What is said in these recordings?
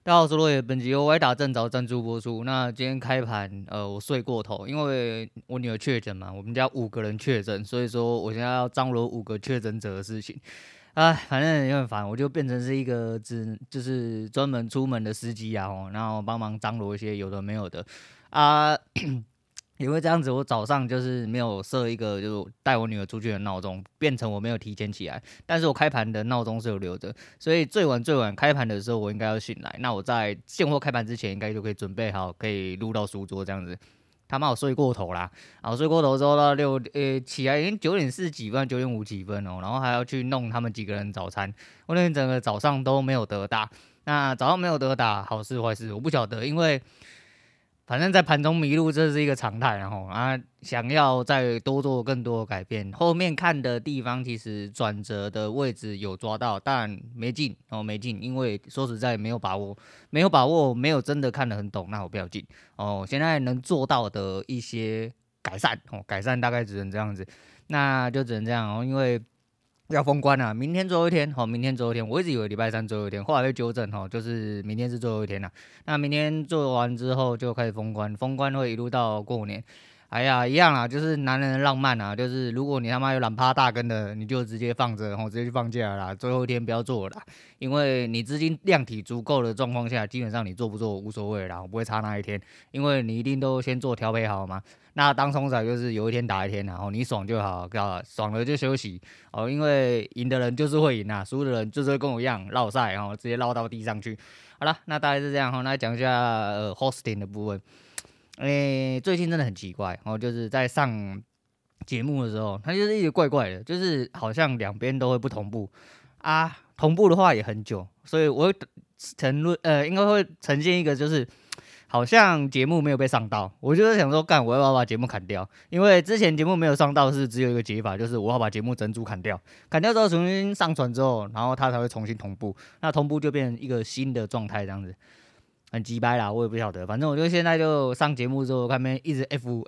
大家好，我是落叶。本集由歪打正着赞助播出。那今天开盘，我睡过头，因为我女儿确诊嘛，我们家5个人确诊，所以说我现在要张罗5个确诊者的事情。哎，反正有点烦，我就变成是一个就是专门出门的司机啊，然后帮忙张罗一些有的没有的啊。因为这样子，我早上就是没有设一个就带我女儿出去的闹钟，变成我没有提前起来，但是我开盘的闹钟是有留着，所以最晚开盘的时候我应该要醒来，那我在现货开盘之前应该就可以准备好，可以录到书桌这样子。他妈我睡过头啦，然后睡过头之后到起来已经9点4几分9点5几分哦，然后还要去弄他们几个人早餐，我那天整个早上都没有得打。那早上没有得打，好事坏事我不晓得，因为反正在盘中迷路这是一个常态，然后想要再多做更多的改变，后面看的地方其实转折的位置有抓到，但没进没进，因为说实在没有把握，没有真的看得很懂，那我不要进现在能做到的一些改善大概只能这样子，那就只能这样因为要封关了，明天最后一天，明天最后一天，我一直以为礼拜三最后一天，后来被纠正就是明天是最后一天了。那明天做完之后就开始封关，封关会一路到过年。哎呀，一样啦，就是男人的浪漫啊，就是如果你他妈有懒趴大根的，你就直接放着，直接去放假啦，最后一天不要做了啦，因为你资金量体足够的状况下，基本上你做不做无所谓啦，我不会差那一天，因为你一定都先做调配好嘛。那当冲仔就是有一天打一天，然后你爽就好，爽了就休息因为赢的人就是会赢啊，输的人就是会跟我一样绕赛直接绕到地上去。好了，那大概是这样那讲一下hosting 的部分。最近真的很奇怪就是在上节目的时候，它就是一直怪怪的，就是好像两边都会不同步啊，同步的话也很久，所以我会应该会呈现一个就是好像节目没有被上到，我就是想说我要把节目砍掉，因为之前节目没有上到是只有一个解法，就是我要把节目整组砍掉，砍掉之后重新上传之后，然后它才会重新同步，那同步就变成一个新的状态这样子。很鸡掰啦，我也不晓得，反正我就现在就上节目之后，看边一直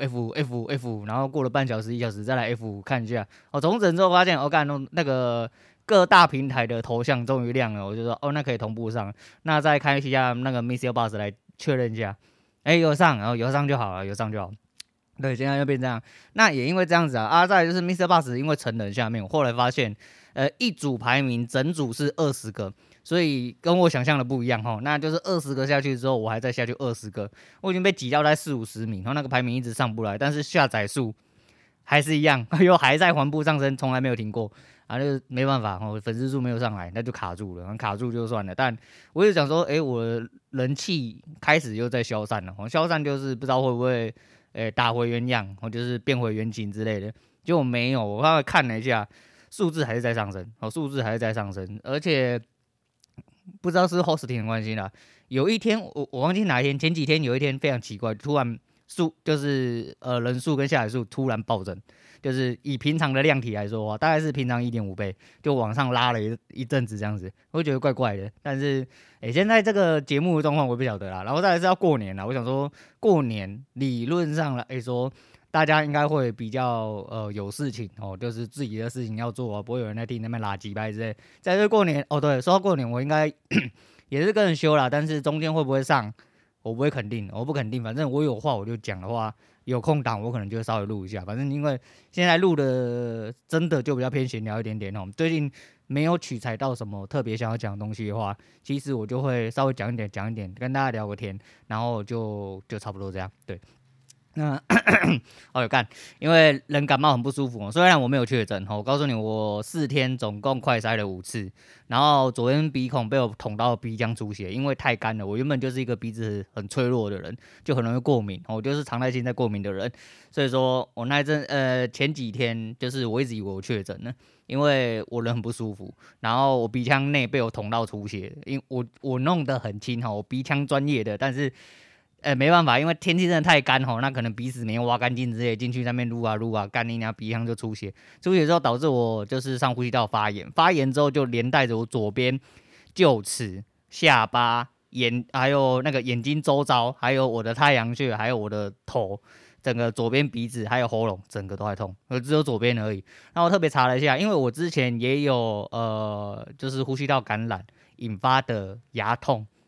F，然后过了半小时1小时再来 F 看一下，重整之后发现那个各大平台的头像终于亮了，我就说那可以同步上，那再开一下那个 Missile Bus 来确认一下，有上，然后有上就好了，有上就好。对，现在就变这样。那也因为这样子再来就是 Mr. Bus 因为成人下面，我后来发现，一组排名整组是20个，所以跟我想象的不一样那就是20个下去之后，我还再下去20个，我已经被挤到在40-50名，然后那个排名一直上不来，但是下载数还是一样，又还在缓步上升，从来没有停过就没办法粉丝数没有上来，那就卡住了，卡住就算了。但我就想说，我的人气开始又在消散了，消散就是不知道会不会。打回原样，就是变回原形之类的，结果没有。我刚才看了一下，数字还是在上升，数字还是在上升，而且不知道是 hosting 的关系啦。有一天我忘记哪一天，前几天有一天非常奇怪，突然就是人数跟下载数突然暴增，就是以平常的量体来说大概是平常1.5倍，就往上拉了一阵子这样子，我觉得怪怪的。但是现在这个节目的状况我不晓得啦，然后再来是要过年啦，我想说过年理论上来说，大家应该会比较有事情就是自己的事情要做不会有人在听那边拉鸡掰之类。在这过年对，说到过年我应该也是跟人休啦，但是中间会不会上？我不会肯定，我不肯定，反正我有话我就讲的话，有空档我可能就稍微录一下。反正因为现在录的真的就比较偏闲聊一点点最近没有取材到什么特别想要讲的东西的话，其实我就会稍微讲一点，跟大家聊个天，然后就差不多这样。对，那有干，因为人感冒很不舒服虽然我没有确诊我告诉你，我4天总共快筛了5次，然后左边鼻孔被我捅到鼻浆出血，因为太干了。我原本就是一个鼻子很脆弱的人，就很容易过敏我就是常态性在过敏的人，所以说我那一阵前几天就是我一直以为我确诊了，因为我人很不舒服，然后我鼻腔内被我捅到出血，因为我弄得很轻我鼻腔专业的，但是。没办法，因为天气真的太干那可能鼻屎没挖干净之类，进去那边撸啊，干你娘鼻腔就出血，出血之后导致我就是上呼吸道发炎，发炎之后就连带着我左边臼齿、下巴、还有那个眼睛周遭，还有我的太阳穴，还有我的头，整个左边鼻子还有喉咙，整个都在痛，只有左边而已。然后我特别查了一下，因为我之前也有就是呼吸道感染引发的牙痛。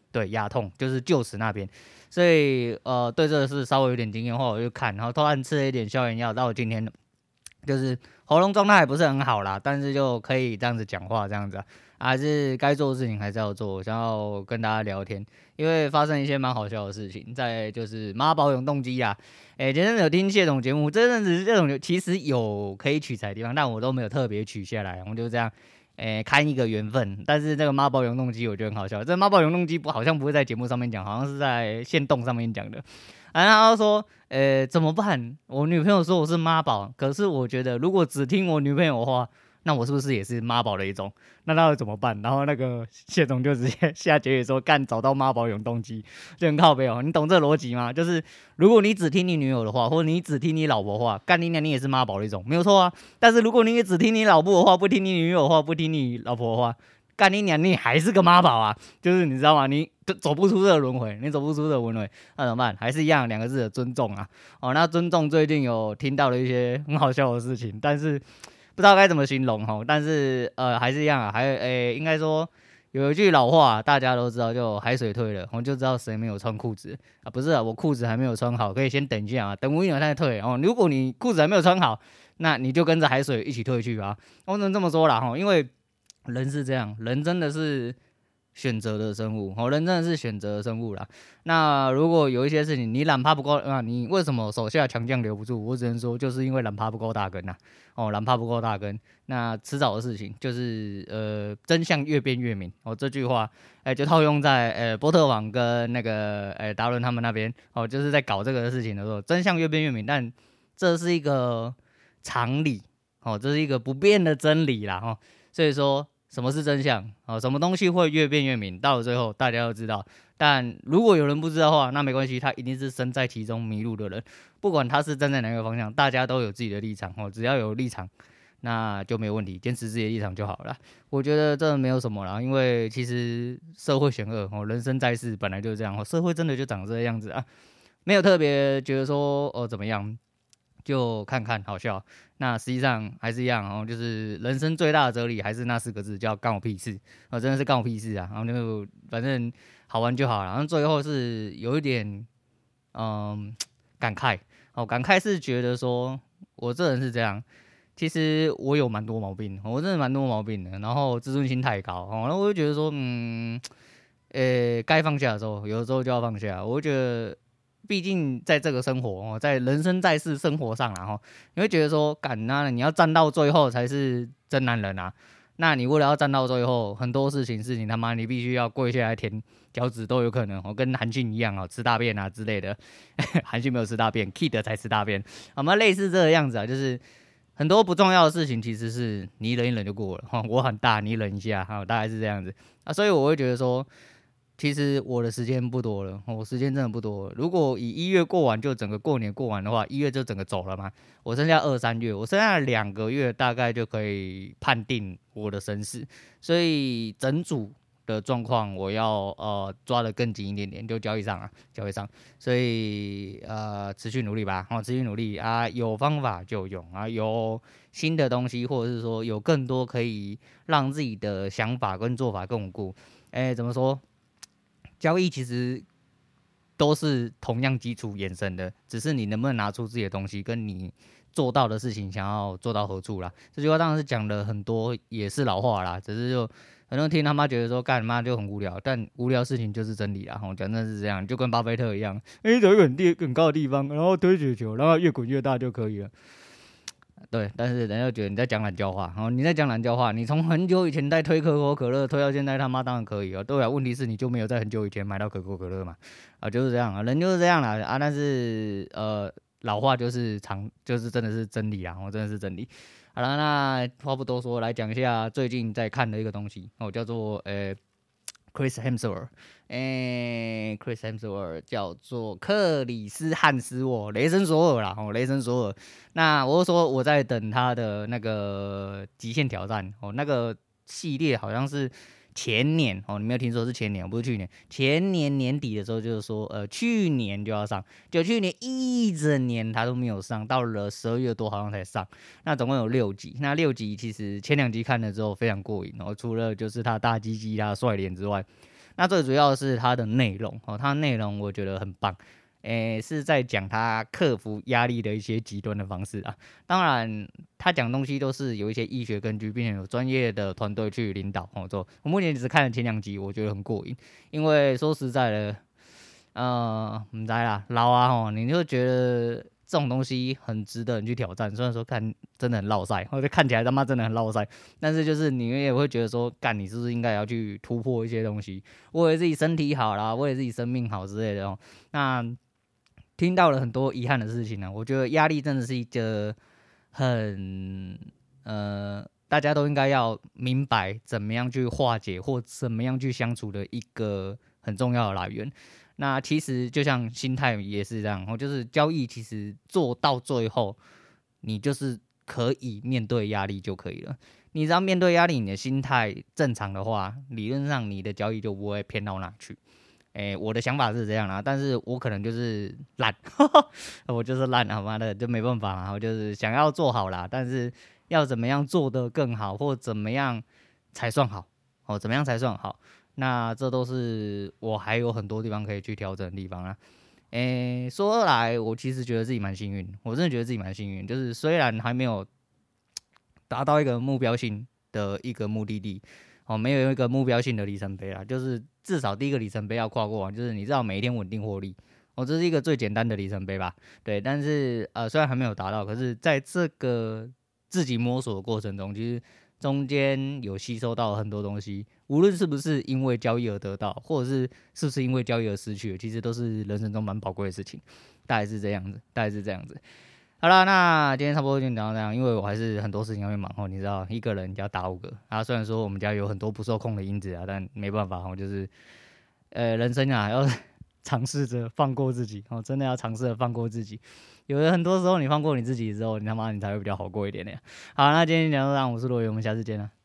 对，牙痛就是臼齿那边，所以对这个是稍微有点经验的话，我就看，然后突然吃了一点消炎药，到我今天就是喉咙状态还不是很好啦，但是就可以这样子讲话这样子还是该做的事情还是要做，我想要跟大家聊天，因为发生一些蛮好笑的事情，在就是妈宝永动机啊，前阵子有听谢总节目，这阵子谢总其实有可以取材的地方，但我都没有特别取下来，我就这样。看一个缘分，但是这个妈宝永动机我觉得很好笑。这妈宝永动机好像不会在节目上面讲，好像是在线动上面讲的。然后他说，怎么办？我女朋友说我是妈宝，可是我觉得如果只听我女朋友的话，那我是不是也是妈宝的一种？那要怎么办？然后那个谢总就直接下结语说，干找到妈宝永动机，就很靠北哦。你懂这逻辑吗？就是如果你只听你女友的话，或者你只听你老婆的话，干你娘你也是妈宝的一种，没有错啊。但是如果你也只听你老婆的话，不听你女友的话，不听你老婆的话，干你娘你还是个妈宝啊！就是你知道吗？你走不出这个轮回，你走不出这个轮回，那怎么办？还是一样两个字的尊重啊。那尊重最近有听到了一些很好笑的事情，但是不知道该怎么形容哈。但是还是一样啊，应该说有一句老话大家都知道，就海水退了，我就知道谁没有穿裤子啊。不是啊，我裤子还没有穿好，可以先等一下啊，等我1秒再退哦。如果你裤子还没有穿好，那你就跟着海水一起退去啊。我只能这么说啦哈，因为人是这样，人真的是选择的生物，人真的是选择的生物啦。那如果有一些事情你懒趴不够啊，你为什么手下强将留不住？我只能说就是因为懒趴不够大根呐。懒趴不够大根，那迟早的事情就是真相越辩越明。这句话就套用在波特网跟那个达伦他们那边就是在搞这个事情的时候，真相越辩越明，但这是一个常理这是一个不变的真理啦所以说什么是真相什么东西会越辩越明，到了最后大家都知道。但如果有人不知道的话，那没关系，他一定是身在其中迷路的人。不管他是站在哪个方向，大家都有自己的立场只要有立场，那就没有问题，坚持自己的立场就好了。我觉得这没有什么啦，因为其实社会险恶人生在世本来就是这样社会真的就长这个样子啊，没有特别觉得说怎么样。就看看好笑，那实际上还是一样就是人生最大的哲理还是那4个字，叫干我屁事真的是干我屁事啊！然后就反正好玩就好了。然后最后是有一点感慨感慨是觉得说我这人是这样，其实我有蛮多毛病，我真的蛮多毛病的，然后自尊心太高然后我就觉得说该放下的时候，有的时候就要放下。我觉得。毕竟在这个生活在人生在世生活上你会觉得说，干你要站到最后才是真男人啊！那你为了要站到最后，很多事情是你他妈你必须要跪下来舔脚趾都有可能跟韩信一样吃大便啊之类的。韩信没有吃大便 ，Kid 才吃大便。我们类似这个样子就是很多不重要的事情其实是你忍一忍就过了我很大，你忍一下大概是这样子所以我会觉得说。其实我的时间不多了，我时间真的不多了。如果以1月过完就整个过年过完的话，1月就整个走了嘛。我剩下2、3月，我剩下2个月大概就可以判定我的生死。所以整组的状况我要抓得更紧一点点，就交易上啊，交易上。所以持续努力吧，持续努力啊，有方法就用啊，有新的东西或者是说有更多可以让自己的想法跟做法更稳固。怎么说？交易其实都是同样基础衍生的，只是你能不能拿出自己的东西，跟你做到的事情想要做到何处啦。这句话当然是讲了很多，也是老话啦，只是就很多人听他妈觉得说干妈就很无聊，但无聊事情就是真理啦。讲真的是这样，就跟巴菲特一样，走一个很高的地方，然后推雪球，然后越滚越大就可以了。对，但是人家觉得你在讲懒教话，你在讲懒教话，你从很久以前在推可口可乐，推到现在他妈当然可以对啊，问题是你就没有在很久以前买到可口可乐嘛，就是这样人就是这样啦但是老话就是就是真的是真理真的是真理。好了，那话不多说，来讲一下最近在看的一个东西叫做Chris Hemsworth，Chris Hemsworth 叫做克里斯汉斯沃，雷神索尔啦，雷神索尔。那我说我在等他的那个极限挑战那个系列好像是前年你没有听说是前年，不是去年，前年年底的时候就是说去年就要上，就去年一整年他都没有上，到了12月多好像才上。那总共有6集，那6集其实前2集看了之后非常过瘾除了就是他大鸡鸡他帅脸之外。 那最主要的是它的内容哦，它的内容我觉得很棒。是在讲他克服压力的一些极端的方式啊。当然，他讲东西都是有一些医学根据，并且有专业的团队去领导。我目前只看了前2集，我觉得很过瘾。因为说实在的，不知道啦，老啊你就觉得这种东西很值得你去挑战。虽然说看真的很落赛，或者看起来他妈真的很落赛，但是就是你也会觉得说，干你是不是应该要去突破一些东西，为了自己身体好啦，为了自己生命好之类的那听到了很多遗憾的事情呢，我觉得压力真的是一个很大家都应该要明白怎么样去化解或怎么样去相处的一个很重要的来源。那其实就像心态也是这样，就是交易其实做到最后，你就是可以面对压力就可以了。你只要面对压力，你的心态正常的话，理论上你的交易就不会偏到哪去。我的想法是这样啦，但是我可能就是懒，我就是懒，他妈的就没办法嘛，我就是想要做好啦，但是要怎么样做得更好，或怎么样才算好，怎么样才算好？那这都是我还有很多地方可以去调整的地方啦。说来，我其实觉得自己蛮幸运，我真的觉得自己蛮幸运，就是虽然还没有达到一个目标性的一个目的地。没有一个目标性的里程碑啦，就是至少第一个里程碑要跨过完，就是你知道每一天稳定获利，这是一个最简单的里程碑吧？对，但是虽然还没有达到，可是在这个自己摸索的过程中，其实中间有吸收到很多东西，无论是不是因为交易而得到，或者是不是因为交易而失去，其实都是人生中蛮宝贵的事情，大概是这样子。好了，那今天差不多就讲到这样，因为我还是很多事情要去忙你知道，一个人要打5个啊。虽然说我们家有很多不受控的因子啊，但没办法就是人生啊要尝试着放过自己真的要尝试着放过自己。有的很多时候你放过你自己之后，你他妈你才会比较好过一点的。好，那今天讲到这样，我是罗宇，我们下次见了。